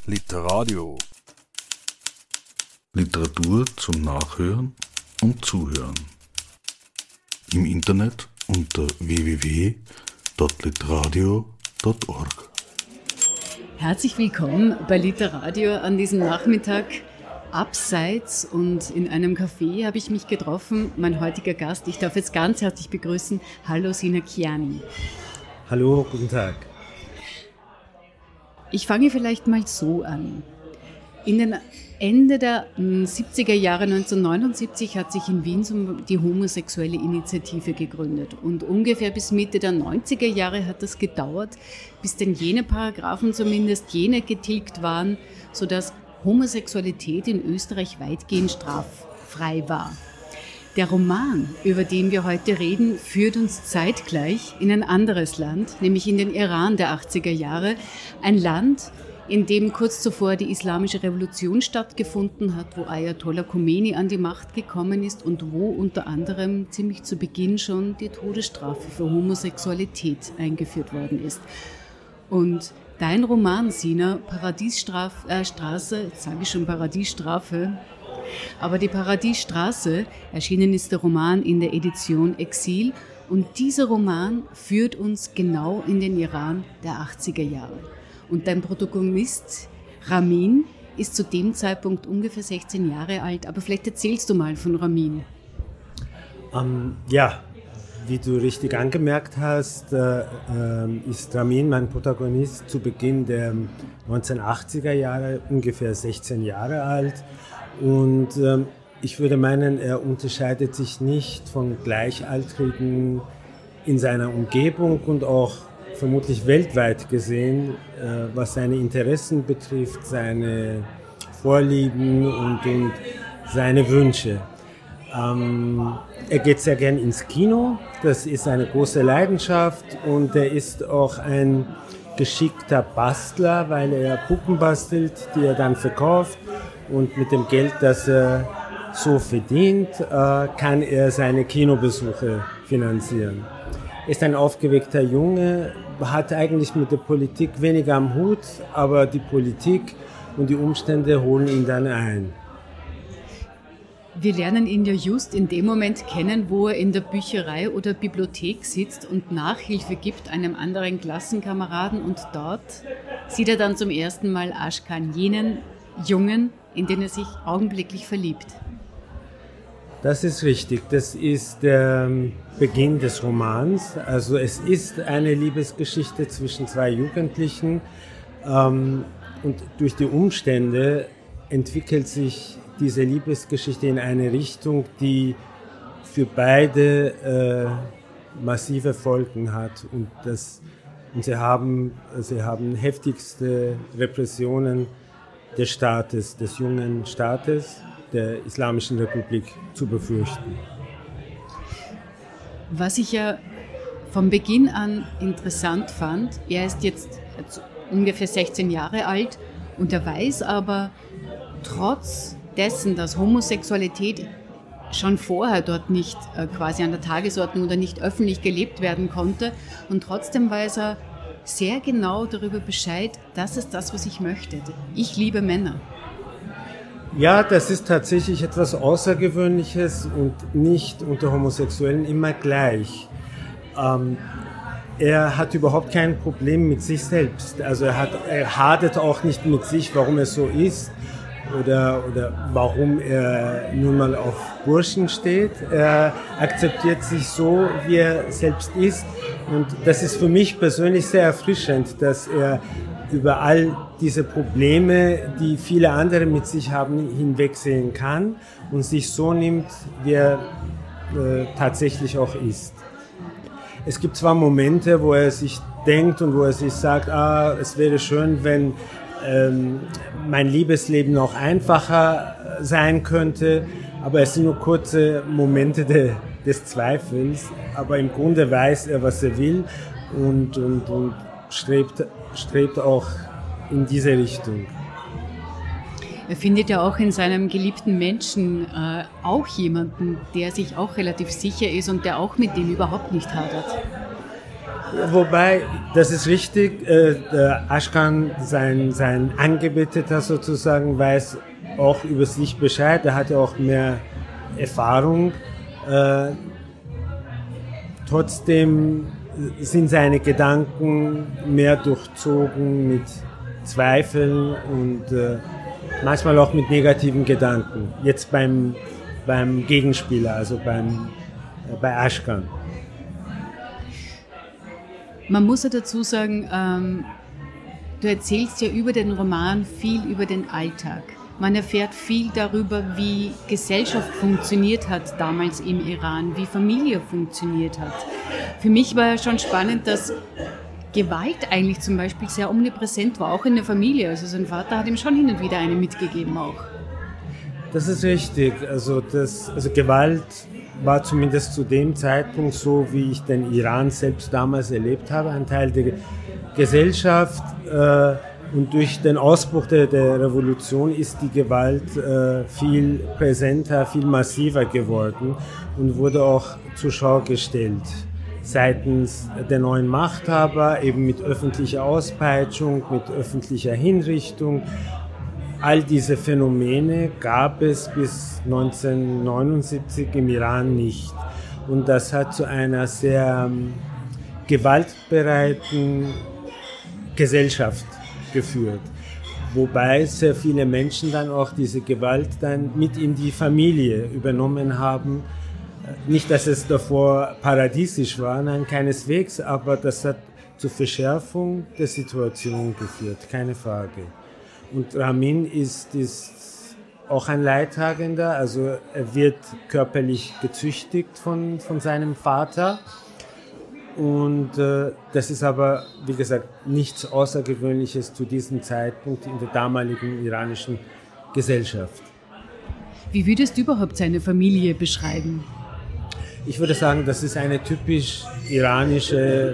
Literadio. Literatur zum Nachhören und Zuhören. Im Internet unter www.literadio.org. Herzlich willkommen bei Literadio an diesem Nachmittag. Abseits und in einem Café habe ich mich getroffen. Mein heutiger Gast, ich darf jetzt ganz herzlich begrüßen. Hallo Sina Kiani. Hallo, guten Tag. Ich fange vielleicht mal so an. In den Ende der 70er Jahre 1979 hat sich in Wien die homosexuelle Initiative gegründet. Und ungefähr bis Mitte der 90er Jahre hat das gedauert, bis denn jene Paragraphen zumindest jene getilgt waren, sodass Homosexualität in Österreich weitgehend straffrei war. Der Roman, über den wir heute reden, führt uns zeitgleich in ein anderes Land, nämlich in den Iran der 80er Jahre. Ein Land, in dem kurz zuvor die Islamische Revolution stattgefunden hat, wo Ayatollah Khomeini an die Macht gekommen ist und wo unter anderem ziemlich zu Beginn schon die Todesstrafe für Homosexualität eingeführt worden ist. Und dein Roman, Sina, Paradiesstraße, jetzt sage ich schon Paradiesstrafe, aber die Paradiesstraße, erschienen ist der Roman in der Edition Exil und dieser Roman führt uns genau in den Iran der 80er Jahre. Und dein Protagonist, Ramin, ist zu dem Zeitpunkt ungefähr 16 Jahre alt, aber vielleicht erzählst du mal von Ramin. Ja, wie du richtig angemerkt hast, ist Ramin, mein Protagonist, zu Beginn der 1980er Jahre ungefähr 16 Jahre alt. Und ich würde meinen, er unterscheidet sich nicht von Gleichaltrigen in seiner Umgebung und auch vermutlich weltweit gesehen, was seine Interessen betrifft, seine Vorlieben und seine Wünsche. Er geht sehr gern ins Kino, das ist eine große Leidenschaft und er ist auch ein geschickter Bastler, weil er Puppen bastelt, die er dann verkauft. Und mit dem Geld, das er so verdient, kann er seine Kinobesuche finanzieren. Er ist ein aufgeweckter Junge, hat eigentlich mit der Politik weniger am Hut, aber die Politik und die Umstände holen ihn dann ein. Wir lernen ihn ja just in dem Moment kennen, wo er in der Bücherei oder Bibliothek sitzt und Nachhilfe gibt einem anderen Klassenkameraden und dort sieht er dann zum ersten Mal Ashkan, jenen Jungen, in den er sich augenblicklich verliebt. Das ist richtig. Das ist der Beginn des Romans. Also es ist eine Liebesgeschichte zwischen zwei Jugendlichen und durch die Umstände entwickelt sich diese Liebesgeschichte in eine Richtung, die für beide massive Folgen hat. Und sie haben heftigste Repressionen des Staates, des jungen Staates, der Islamischen Republik zu befürchten. Was ich ja von Beginn an interessant fand, er ist jetzt ungefähr 16 Jahre alt und er weiß aber trotz dessen, dass Homosexualität schon vorher dort nicht quasi an der Tagesordnung oder nicht öffentlich gelebt werden konnte und trotzdem weiß er sehr genau darüber Bescheid, das ist das, was ich möchte. Ich liebe Männer. Ja, das ist tatsächlich etwas Außergewöhnliches und nicht unter Homosexuellen immer gleich. Er hat überhaupt kein Problem mit sich selbst. Also er hadert auch nicht mit sich, warum er so ist oder warum er nun mal auf Burschen steht. Er akzeptiert sich so, wie er selbst ist. Und das ist für mich persönlich sehr erfrischend, dass er über all diese Probleme, die viele andere mit sich haben, hinwegsehen kann und sich so nimmt, wie er tatsächlich auch ist. Es gibt zwar Momente, wo er sich denkt und wo er sich sagt, es wäre schön, wenn mein Liebesleben noch einfacher sein könnte, aber es sind nur kurze Momente des Zweifels, aber im Grunde weiß er, was er will und strebt auch in diese Richtung. Er findet ja auch in seinem geliebten Menschen auch jemanden, der sich auch relativ sicher ist und der auch mit dem überhaupt nicht hadert. Wobei, das ist richtig, der Ashkan, sein Angebeteter sozusagen, weiß auch über sich Bescheid, er hat ja auch mehr Erfahrung. Trotzdem sind seine Gedanken mehr durchzogen mit Zweifeln und manchmal auch mit negativen Gedanken. Jetzt beim Gegenspieler, also bei Ashkan. Man muss ja dazu sagen, du erzählst ja über den Roman viel über den Alltag. Man erfährt viel darüber, wie Gesellschaft funktioniert hat damals im Iran, wie Familie funktioniert hat. Für mich war ja schon spannend, dass Gewalt eigentlich zum Beispiel sehr omnipräsent war, auch in der Familie. Also sein Vater hat ihm schon hin und wieder eine mitgegeben auch. Das ist richtig. Also Gewalt war zumindest zu dem Zeitpunkt so, wie ich den Iran selbst damals erlebt habe, ein Teil der Gesellschaft. Und durch den Ausbruch der Revolution ist die Gewalt viel präsenter, viel massiver geworden und wurde auch zur Schau gestellt. Seitens der neuen Machthaber, eben mit öffentlicher Auspeitschung, mit öffentlicher Hinrichtung. All diese Phänomene gab es bis 1979 im Iran nicht. Und das hat zu einer sehr gewaltbereiten Gesellschaft geführt. Wobei sehr viele Menschen dann auch diese Gewalt dann mit in die Familie übernommen haben. Nicht, dass es davor paradiesisch war, nein, keineswegs, aber das hat zur Verschärfung der Situation geführt, keine Frage. Und Ramin ist auch ein Leidtragender, also er wird körperlich gezüchtigt von seinem Vater. Und das ist aber, wie gesagt, nichts Außergewöhnliches zu diesem Zeitpunkt in der damaligen iranischen Gesellschaft. Wie würdest du überhaupt seine Familie beschreiben? Ich würde sagen, das ist eine typisch iranische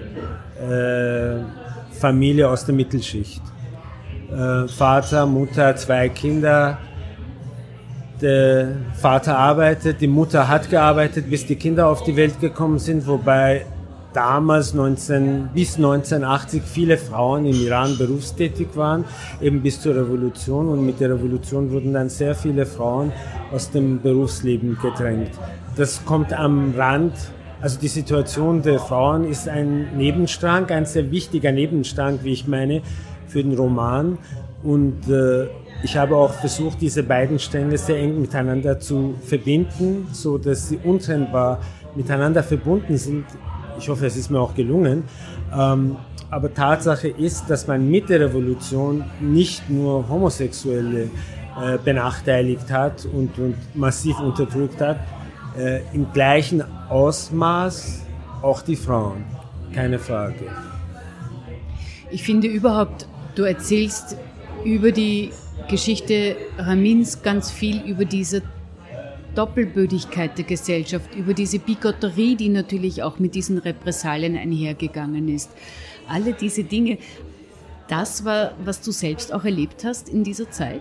Familie aus der Mittelschicht. Vater, Mutter, 2 Kinder. Der Vater arbeitet, die Mutter hat gearbeitet, bis die Kinder auf die Welt gekommen sind, wobei damals bis 1980 viele Frauen im Iran berufstätig waren, eben bis zur Revolution. Und mit der Revolution wurden dann sehr viele Frauen aus dem Berufsleben gedrängt. Das kommt am Rand. Also die Situation der Frauen ist ein Nebenstrang, ein sehr wichtiger Nebenstrang, wie ich meine, für den Roman. Und ich habe auch versucht, diese beiden Stränge sehr eng miteinander zu verbinden, so dass sie untrennbar miteinander verbunden sind. Ich hoffe, es ist mir auch gelungen. Aber Tatsache ist, dass man mit der Revolution nicht nur Homosexuelle benachteiligt hat und massiv unterdrückt hat, im gleichen Ausmaß auch die Frauen, keine Frage. Ich finde überhaupt, du erzählst über die Geschichte Ramins ganz viel über diese Doppelbödigkeit der Gesellschaft, über diese Bigotterie, die natürlich auch mit diesen Repressalien einhergegangen ist. Alle diese Dinge, das war, was du selbst auch erlebt hast in dieser Zeit?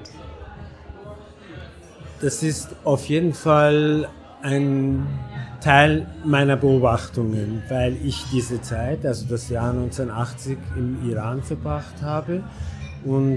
Das ist auf jeden Fall ein Teil meiner Beobachtungen, weil ich diese Zeit, also das Jahr 1980 im Iran verbracht habe und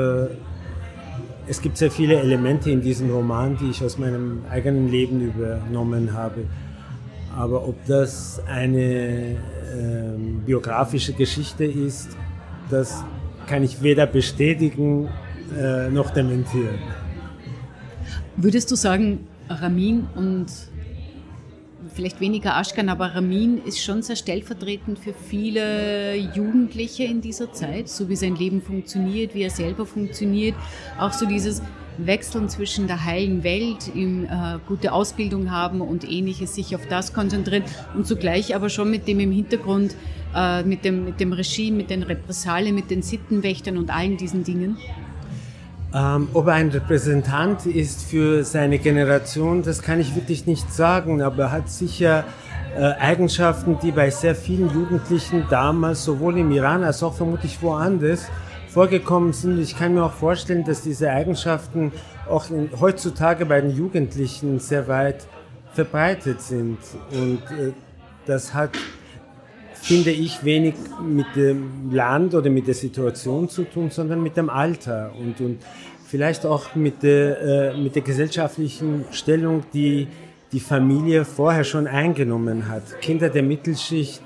es gibt sehr viele Elemente in diesem Roman, die ich aus meinem eigenen Leben übernommen habe. Aber ob das eine biografische Geschichte ist, das kann ich weder bestätigen noch dementieren. Würdest du sagen, Ramin und vielleicht weniger Ashkan, aber Ramin ist schon sehr stellvertretend für viele Jugendliche in dieser Zeit, so wie sein Leben funktioniert, wie er selber funktioniert, auch so dieses Wechseln zwischen der heilen Welt, gute Ausbildung haben und Ähnliches, sich auf das konzentrieren und zugleich aber schon mit dem im Hintergrund, mit dem Regime, mit den Repressalien, mit den Sittenwächtern und allen diesen Dingen? Ob er ein Repräsentant ist für seine Generation, das kann ich wirklich nicht sagen, aber er hat sicher Eigenschaften, die bei sehr vielen Jugendlichen damals, sowohl im Iran als auch vermutlich woanders, vorgekommen sind. Ich kann mir auch vorstellen, dass diese Eigenschaften auch heutzutage bei den Jugendlichen sehr weit verbreitet sind. Und das hat finde ich, wenig mit dem Land oder mit der Situation zu tun, sondern mit dem Alter und vielleicht auch mit der gesellschaftlichen Stellung, die die Familie vorher schon eingenommen hat. Kinder der Mittelschicht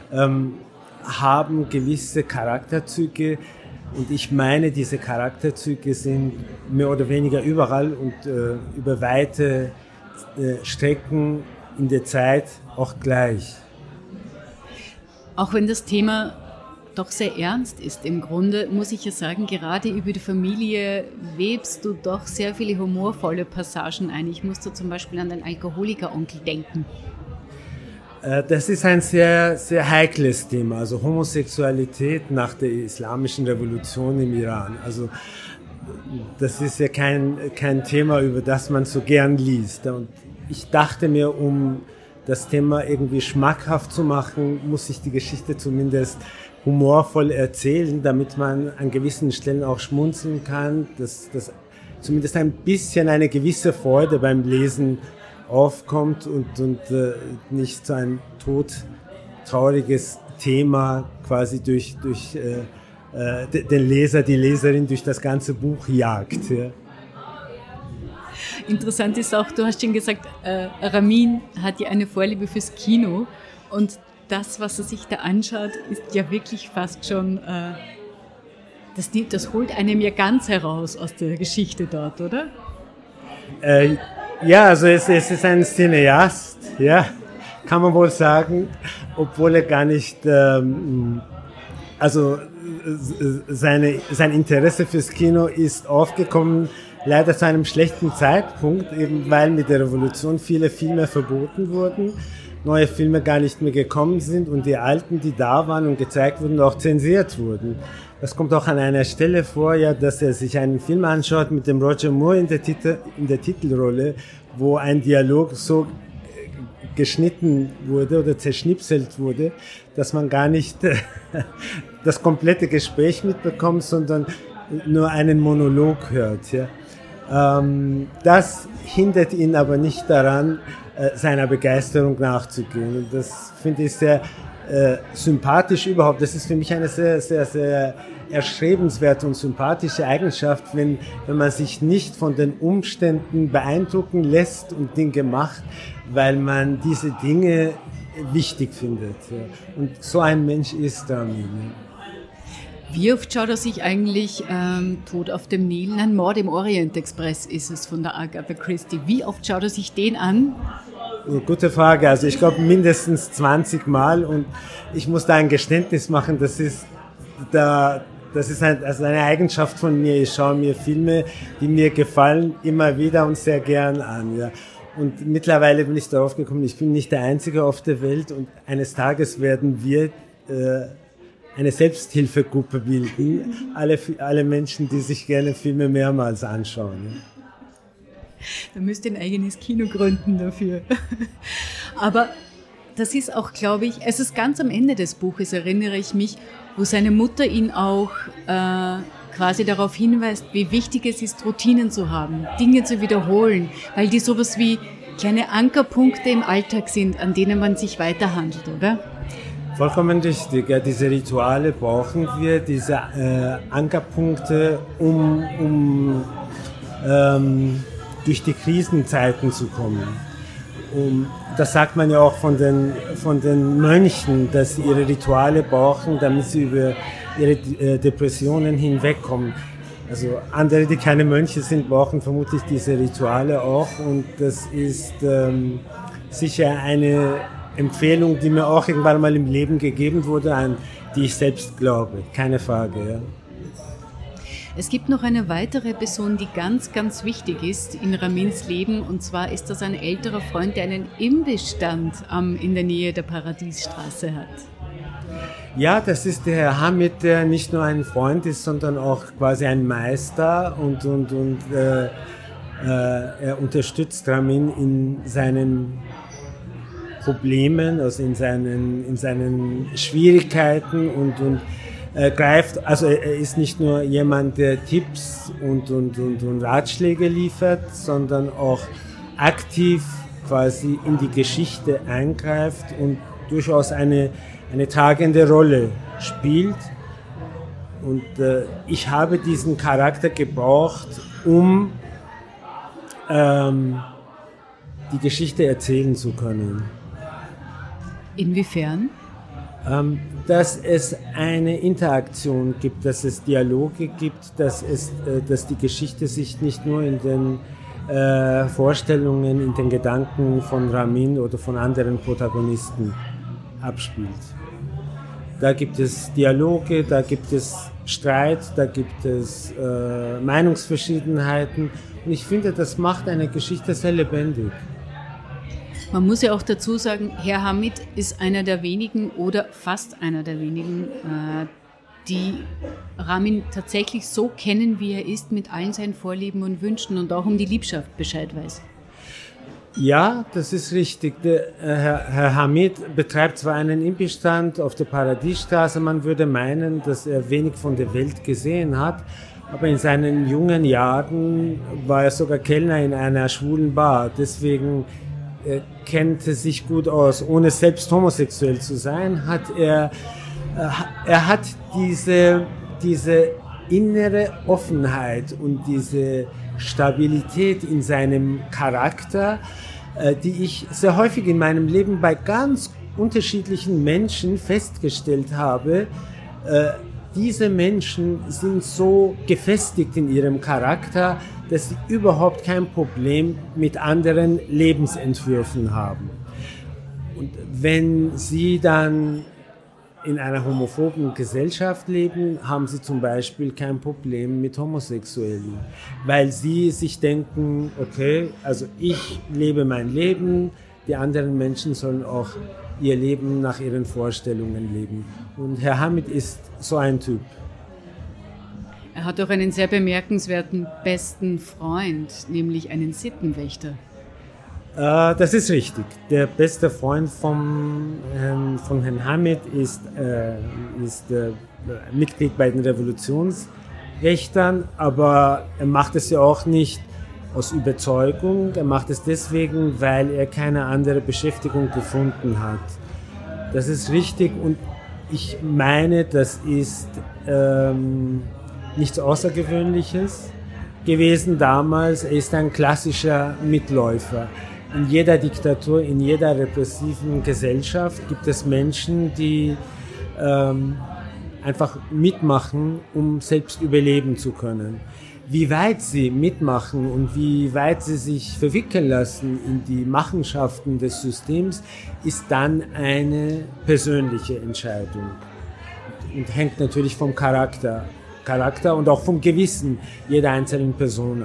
haben gewisse Charakterzüge und ich meine, diese Charakterzüge sind mehr oder weniger überall und über weite Strecken in der Zeit auch gleich. Auch wenn das Thema doch sehr ernst ist, im Grunde muss ich ja sagen, gerade über die Familie webst du doch sehr viele humorvolle Passagen ein. Ich musste zum Beispiel an den Alkoholiker-Onkel denken. Das ist ein sehr, sehr heikles Thema, also Homosexualität nach der islamischen Revolution im Iran. Also das ist ja kein Thema, über das man so gern liest. Und ich dachte mir, um das Thema irgendwie schmackhaft zu machen, muss ich die Geschichte zumindest humorvoll erzählen, damit man an gewissen Stellen auch schmunzeln kann, dass zumindest ein bisschen eine gewisse Freude beim Lesen aufkommt und nicht so ein todtrauriges Thema quasi durch den Leser, die Leserin durch das ganze Buch jagt. Ja. Interessant ist auch, du hast schon gesagt, Ramin hat ja eine Vorliebe fürs Kino und das, was er sich da anschaut, ist ja wirklich fast schon, das holt einem ja ganz heraus aus der Geschichte dort, oder? Ja, also es ist ein Cineast, ja, kann man wohl sagen, obwohl er gar nicht, also sein Interesse fürs Kino ist aufgekommen, leider zu einem schlechten Zeitpunkt, eben weil mit der Revolution viele Filme verboten wurden, neue Filme gar nicht mehr gekommen sind und die alten, die da waren und gezeigt wurden, auch zensiert wurden. Das kommt auch an einer Stelle vor, ja, dass er sich einen Film anschaut mit dem Roger Moore in der Titelrolle, wo ein Dialog so geschnitten wurde oder zerschnipselt wurde, dass man gar nicht das komplette Gespräch mitbekommt, sondern nur einen Monolog hört. Ja. Das hindert ihn aber nicht daran, seiner Begeisterung nachzugehen. Und das finde ich sehr sympathisch überhaupt. Das ist für mich eine sehr, sehr, sehr erstrebenswerte und sympathische Eigenschaft, wenn man sich nicht von den Umständen beeindrucken lässt und Dinge macht, weil man diese Dinge wichtig findet. Ja. Und so ein Mensch ist Ramin. Wie oft schaut er sich eigentlich Tod auf dem Nil? Nein, Mord im Orient Express ist es von der Agatha Christie. Wie oft schaut er sich den an? Gute Frage. Also ich glaube mindestens 20 Mal und ich muss da ein Geständnis machen. Das ist eine Eigenschaft von mir. Ich schaue mir Filme, die mir gefallen, immer wieder und sehr gern an. Ja. Und mittlerweile bin ich darauf gekommen, ich bin nicht der Einzige auf der Welt und eines Tages werden wir eine Selbsthilfegruppe bilden, alle Menschen, die sich gerne Filme mehrmals anschauen. Da müsst ihr ein eigenes Kino gründen dafür. Aber das ist auch, glaube ich, es ist ganz am Ende des Buches, erinnere ich mich, wo seine Mutter ihn auch quasi darauf hinweist, wie wichtig es ist, Routinen zu haben, Dinge zu wiederholen, weil die sowas wie kleine Ankerpunkte im Alltag sind, an denen man sich weiterhandelt, oder? Vollkommen richtig. Ja, diese Rituale brauchen wir, diese Ankerpunkte, um durch die Krisenzeiten zu kommen. Das sagt man ja auch von den Mönchen, dass sie ihre Rituale brauchen, damit sie über ihre Depressionen hinwegkommen. Also andere, die keine Mönche sind, brauchen vermutlich diese Rituale auch und das ist sicher eine Empfehlung, die mir auch irgendwann mal im Leben gegeben wurde, an die ich selbst glaube, keine Frage. Ja. Es gibt noch eine weitere Person, die ganz, ganz wichtig ist in Ramins Leben, und zwar ist das ein älterer Freund, der einen Imbissstand in der Nähe der Paradiesstraße hat. Ja, das ist der Herr Hamid, der nicht nur ein Freund ist, sondern auch quasi ein Meister und er unterstützt Ramin in seinen Problemen, also in seinen Schwierigkeiten und greift, also er ist nicht nur jemand, der Tipps und Ratschläge liefert, sondern auch aktiv quasi in die Geschichte eingreift und durchaus eine eine tragende Rolle spielt. Und ich habe diesen Charakter gebraucht, um die Geschichte erzählen zu können. Inwiefern? Dass es eine Interaktion gibt, dass es Dialoge gibt, dass die Geschichte sich nicht nur in den Vorstellungen, in den Gedanken von Ramin oder von anderen Protagonisten abspielt. Da gibt es Dialoge, da gibt es Streit, da gibt es Meinungsverschiedenheiten und ich finde, das macht eine Geschichte sehr lebendig. Man muss ja auch dazu sagen, Herr Hamid ist einer der wenigen oder fast einer der wenigen, die Ramin tatsächlich so kennen, wie er ist, mit allen seinen Vorlieben und Wünschen und auch um die Liebschaft Bescheid weiß. Ja, das ist richtig. Herr Hamid betreibt zwar einen Imbissstand auf der Paradiesstraße, man würde meinen, dass er wenig von der Welt gesehen hat, aber in seinen jungen Jahren war er sogar Kellner in einer schwulen Bar. Deswegen kennt er sich gut aus. Ohne selbst homosexuell zu sein, hat er hat diese innere Offenheit und diese Stabilität in seinem Charakter, die ich sehr häufig in meinem Leben bei ganz unterschiedlichen Menschen festgestellt habe. Diese Menschen sind so gefestigt in ihrem Charakter, dass sie überhaupt kein Problem mit anderen Lebensentwürfen haben. Und wenn sie dann in einer homophoben Gesellschaft leben, haben sie zum Beispiel kein Problem mit Homosexuellen, weil sie sich denken, okay, also ich lebe mein Leben, die anderen Menschen sollen auch ihr Leben nach ihren Vorstellungen leben. Und Herr Hamid ist so ein Typ. Er hat auch einen sehr bemerkenswerten besten Freund, nämlich einen Sittenwächter. Das ist richtig. Der beste Freund von Herrn Hamid ist Mitglied bei den Revolutionswächtern, aber er macht es ja auch nicht aus Überzeugung. Er macht es deswegen, weil er keine andere Beschäftigung gefunden hat. Das ist richtig und ich meine, das ist nichts Außergewöhnliches gewesen damals. Er ist ein klassischer Mitläufer. In jeder Diktatur, in jeder repressiven Gesellschaft gibt es Menschen, die einfach mitmachen, um selbst überleben zu können. Wie weit sie mitmachen und wie weit sie sich verwickeln lassen in die Machenschaften des Systems, ist dann eine persönliche Entscheidung und hängt natürlich vom Charakter und auch vom Gewissen jeder einzelnen Person ab.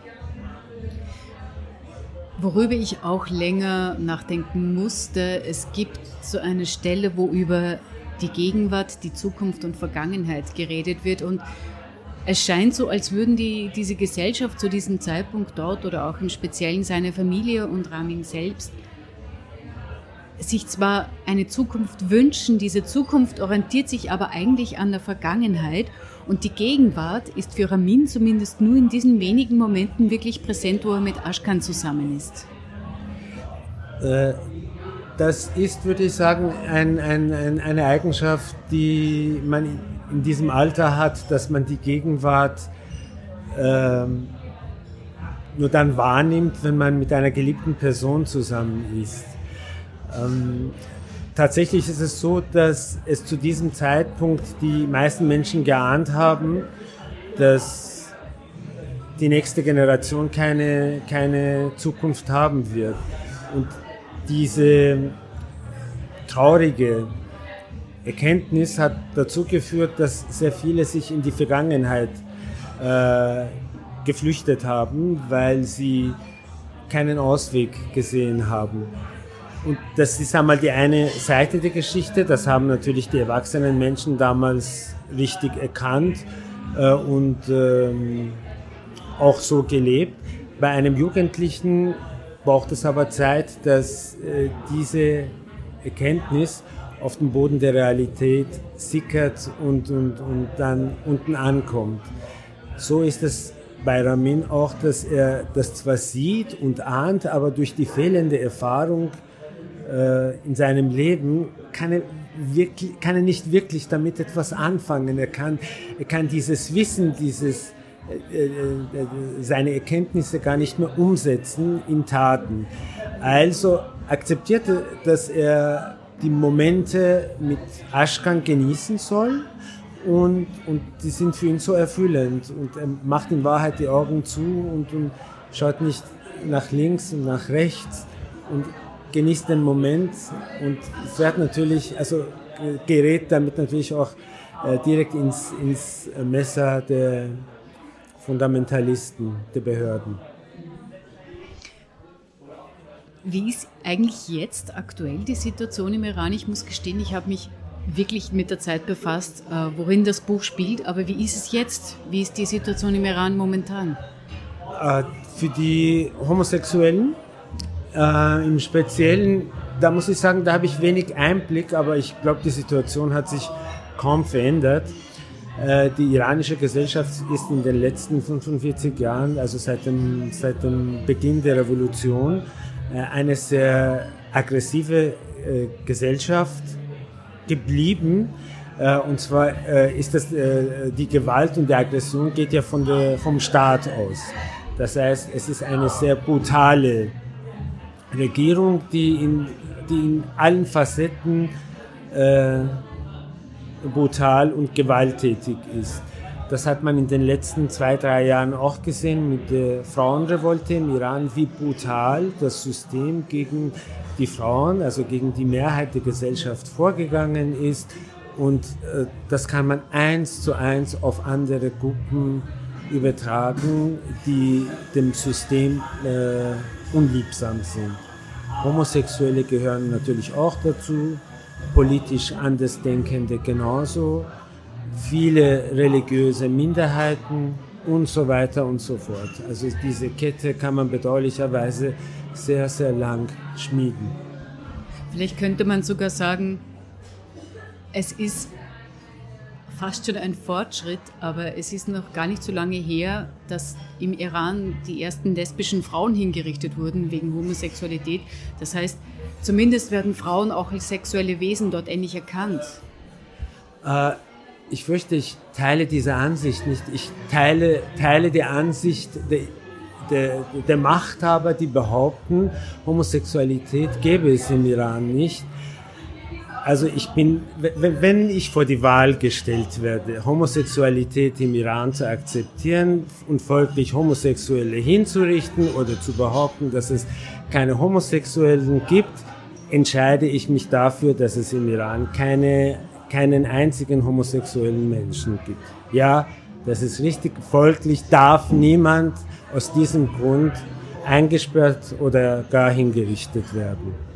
Worüber ich auch länger nachdenken musste, es gibt so eine Stelle, wo über die Gegenwart, die Zukunft und Vergangenheit geredet wird und es scheint so, als würden diese Gesellschaft zu diesem Zeitpunkt dort oder auch im Speziellen seine Familie und Ramin selbst sich zwar eine Zukunft wünschen, diese Zukunft orientiert sich aber eigentlich an der Vergangenheit und die Gegenwart ist für Ramin zumindest nur in diesen wenigen Momenten wirklich präsent, wo er mit Ashkan zusammen ist. Das ist, würde ich sagen, eine Eigenschaft, die man in diesem Alter hat, dass man die Gegenwart nur dann wahrnimmt, wenn man mit einer geliebten Person zusammen ist. Tatsächlich ist es so, dass es zu diesem Zeitpunkt die meisten Menschen geahnt haben, dass die nächste Generation keine Zukunft haben wird. Und diese traurige Erkenntnis hat dazu geführt, dass sehr viele sich in die Vergangenheit geflüchtet haben, weil sie keinen Ausweg gesehen haben. Und das ist einmal die eine Seite der Geschichte, das haben natürlich die erwachsenen Menschen damals richtig erkannt und auch so gelebt. Bei einem Jugendlichen braucht es aber Zeit, dass diese Erkenntnis auf den Boden der Realität sickert und dann unten ankommt. So ist es bei Ramin auch, dass er das zwar sieht und ahnt, aber durch die fehlende Erfahrung in seinem Leben keine nicht wirklich damit etwas anfangen. Er kann dieses Wissen, seine Erkenntnisse gar nicht mehr umsetzen in Taten. Also akzeptierte, dass er die Momente mit Ashkan genießen soll und die sind für ihn so erfüllend und er macht in Wahrheit die Augen zu und schaut nicht nach links und nach rechts und genießt den Moment und fährt natürlich, also gerät damit natürlich auch direkt ins Messer der Fundamentalisten, der Behörden. Wie ist eigentlich jetzt aktuell die Situation im Iran? Ich muss gestehen, ich habe mich wirklich mit der Zeit befasst, worin das Buch spielt, aber wie ist es jetzt? Wie ist die Situation im Iran momentan? Für die Homosexuellen im Speziellen, da muss ich sagen, da habe ich wenig Einblick, aber ich glaube, die Situation hat sich kaum verändert. Die iranische Gesellschaft ist in den letzten 45 Jahren, also seit dem Beginn der Revolution, eine sehr aggressive Gesellschaft geblieben. Und zwar ist das die Gewalt und die Aggression geht ja vom Staat aus. Das heißt, es ist eine sehr brutale Regierung, die in allen Facetten brutal und gewalttätig ist. Das hat man in den letzten 2-3 Jahren auch gesehen mit der Frauenrevolte im Iran, wie brutal das System gegen die Frauen, also gegen die Mehrheit der Gesellschaft vorgegangen ist. Und das kann man 1:1 auf andere Gruppen übertragen, die dem System unliebsam sind. Homosexuelle gehören natürlich auch dazu, politisch Andersdenkende genauso, viele religiöse Minderheiten und so weiter und so fort. Also diese Kette kann man bedauerlicherweise sehr, sehr lang schmieden. Vielleicht könnte man sogar sagen, es ist fast schon ein Fortschritt, aber es ist noch gar nicht so lange her, dass im Iran die ersten lesbischen Frauen hingerichtet wurden wegen Homosexualität. Das heißt, zumindest werden Frauen auch als sexuelle Wesen dort endlich erkannt. Ich fürchte, ich teile diese Ansicht nicht. Ich teile die Ansicht der Machthaber, die behaupten, Homosexualität gäbe es im Iran nicht. Also wenn ich vor die Wahl gestellt werde, Homosexualität im Iran zu akzeptieren und folglich Homosexuelle hinzurichten oder zu behaupten, dass es keine Homosexuellen gibt, entscheide ich mich dafür, dass es im Iran keinen einzigen homosexuellen Menschen gibt. Ja, das ist richtig. Folglich darf niemand aus diesem Grund eingesperrt oder gar hingerichtet werden.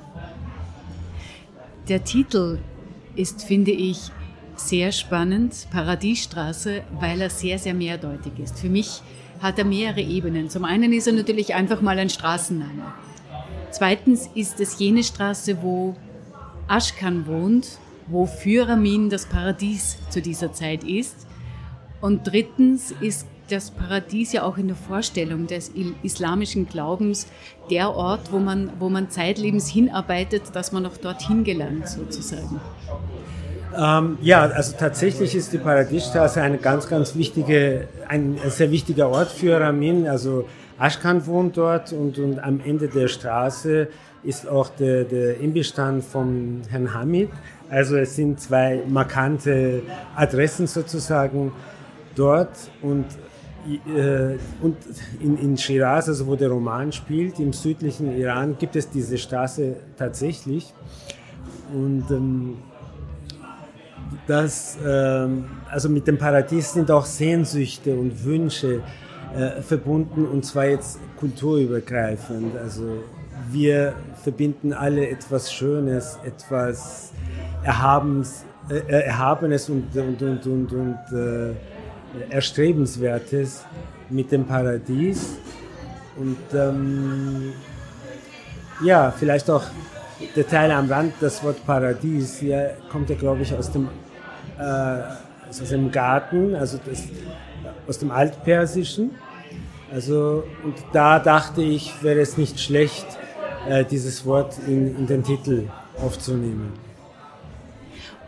Der Titel ist, finde ich, sehr spannend, Paradiesstraße, weil er sehr, sehr mehrdeutig ist. Für mich hat er mehrere Ebenen. Zum einen ist er natürlich einfach mal ein Straßenname. Zweitens ist es jene Straße, wo Ashkan wohnt, wo für Ramin das Paradies zu dieser Zeit ist. Und drittens ist das Paradies ja auch in der Vorstellung des islamischen Glaubens der Ort, wo man zeitlebens hinarbeitet, dass man auch dorthin gelangt, sozusagen. Ja, also tatsächlich ist die Paradiesstraße eine ganz, ganz wichtige, ein sehr wichtiger Ort für Ramin. Also Ashkan wohnt dort und am Ende der Straße ist auch der Imbissstand von Herrn Hamid. Also es sind zwei markante Adressen sozusagen dort und in Shiraz, also wo der Roman spielt, im südlichen Iran, gibt es diese Straße tatsächlich. Und also mit dem Paradies sind auch Sehnsüchte und Wünsche verbunden, und zwar jetzt kulturübergreifend. Also wir verbinden alle etwas Schönes, etwas Erhabenes und Erstrebenswertes mit dem Paradies. Und ja, vielleicht auch der Teil am Rand, das Wort Paradies, ja, kommt ja, glaube ich, aus dem Garten, also aus dem Altpersischen. Also, und da dachte ich, wäre es nicht schlecht, dieses Wort in den Titel aufzunehmen.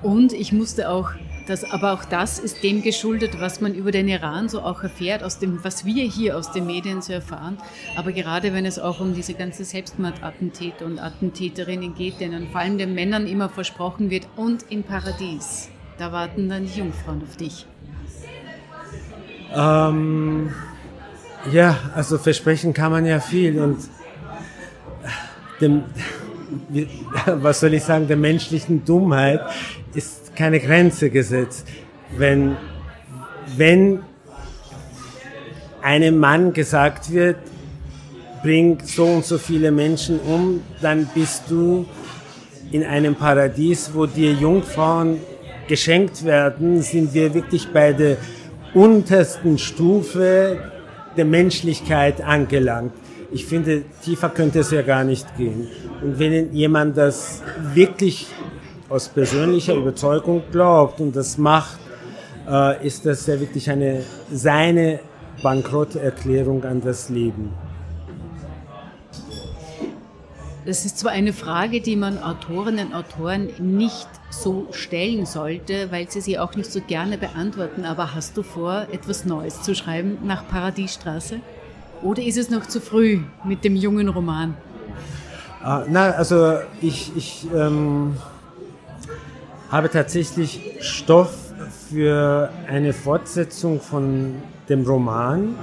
Und ich musste auch, aber auch das ist dem geschuldet, was man über den Iran so auch erfährt, aus dem, was wir hier aus den Medien so erfahren. Aber gerade wenn es auch um diese ganze Selbstmordattentäter und Attentäterinnen geht, denen vor allem den Männern immer versprochen wird, und im Paradies, da warten dann die Jungfrauen auf dich. Ja, also versprechen kann man ja viel und was soll ich sagen, der menschlichen Dummheit ist keine Grenze gesetzt. Wenn einem Mann gesagt wird, bring so und so viele Menschen um, dann bist du in einem Paradies, wo dir Jungfrauen geschenkt werden, sind wir wirklich bei der untersten Stufe der Menschlichkeit angelangt. Ich finde, tiefer könnte es ja gar nicht gehen. Und wenn jemand das wirklich aus persönlicher Überzeugung glaubt und das macht, ist das ja wirklich seine Bankrotterklärung an das Leben. Das ist zwar eine Frage, die man Autorinnen und Autoren nicht so stellen sollte, weil sie sie auch nicht so gerne beantworten, aber hast du vor, etwas Neues zu schreiben nach Paradiesstraße? Oder ist es noch zu früh mit dem jungen Roman? Also ich habe tatsächlich Stoff für eine Fortsetzung von dem Roman,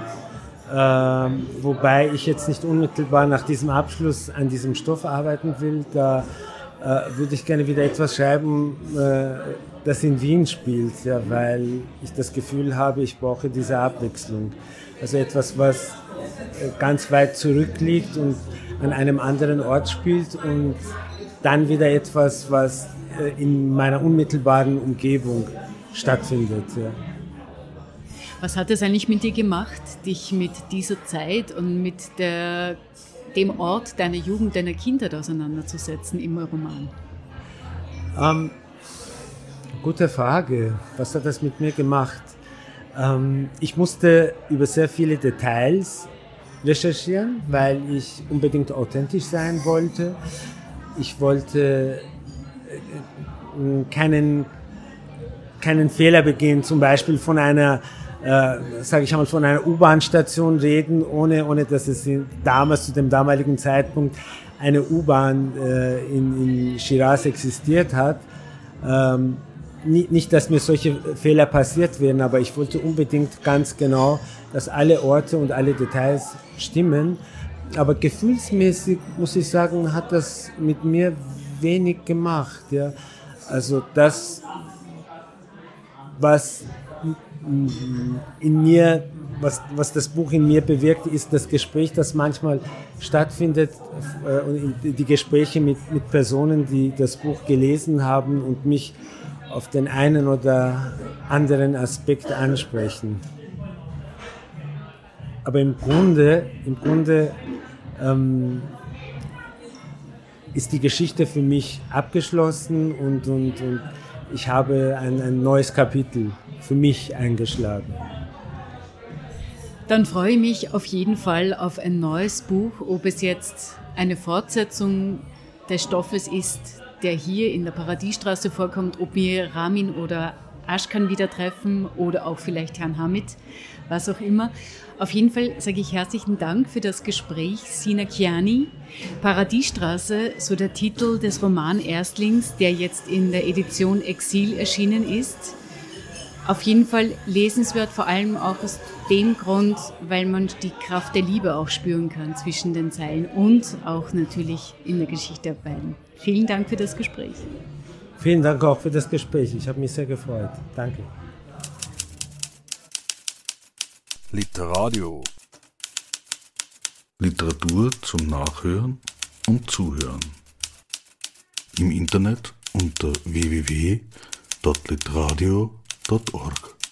wobei ich jetzt nicht unmittelbar nach diesem Abschluss an diesem Stoff arbeiten will. Da würde ich gerne wieder etwas schreiben, das in Wien spielt, ja, weil ich das Gefühl habe, ich brauche diese Abwechslung. Also etwas, was ganz weit zurückliegt und an einem anderen Ort spielt und dann wieder etwas, was in meiner unmittelbaren Umgebung stattfindet. Ja. Was hat es eigentlich mit dir gemacht, dich mit dieser Zeit und mit dem Ort deiner Jugend, deiner Kindheit auseinanderzusetzen im Roman? Gute Frage. Was hat das mit mir gemacht? Ich musste über sehr viele Details recherchieren, weil ich unbedingt authentisch sein wollte. Ich wollte keinen Fehler begehen, zum Beispiel von einer von einer U-Bahn-Station reden, ohne dass es zu dem damaligen Zeitpunkt eine U-Bahn in Shiraz existiert hat. Nicht, dass mir solche Fehler passiert wären, aber ich wollte unbedingt ganz genau, dass alle Orte und alle Details stimmen. Aber gefühlsmäßig, muss ich sagen, hat das mit mir wenig gemacht. Ja. Also das, was das Buch in mir bewirkt, ist das Gespräch, das manchmal stattfindet, die Gespräche mit Personen, die das Buch gelesen haben und mich auf den einen oder anderen Aspekt ansprechen. Aber im Grunde ist die Geschichte für mich abgeschlossen und ich habe ein neues Kapitel für mich eingeschlagen. Dann freue ich mich auf jeden Fall auf ein neues Buch, ob es jetzt eine Fortsetzung des Stoffes ist, der hier in der Paradiesstraße vorkommt, ob wir Ramin oder Ashkan wieder treffen oder auch vielleicht Herrn Hamid, was auch immer. Auf jeden Fall sage ich herzlichen Dank für das Gespräch, Sina Kiani. Paradiesstraße, so der Titel des Roman-Erstlings, der jetzt in der Edition Exil erschienen ist. Auf jeden Fall lesenswert, vor allem auch aus dem Grund, weil man die Kraft der Liebe auch spüren kann zwischen den Zeilen und auch natürlich in der Geschichte der beiden. Vielen Dank für das Gespräch. Vielen Dank auch für das Gespräch. Ich habe mich sehr gefreut. Danke. Literadio. Literatur zum Nachhören und Zuhören. Im Internet unter www.literadio.org.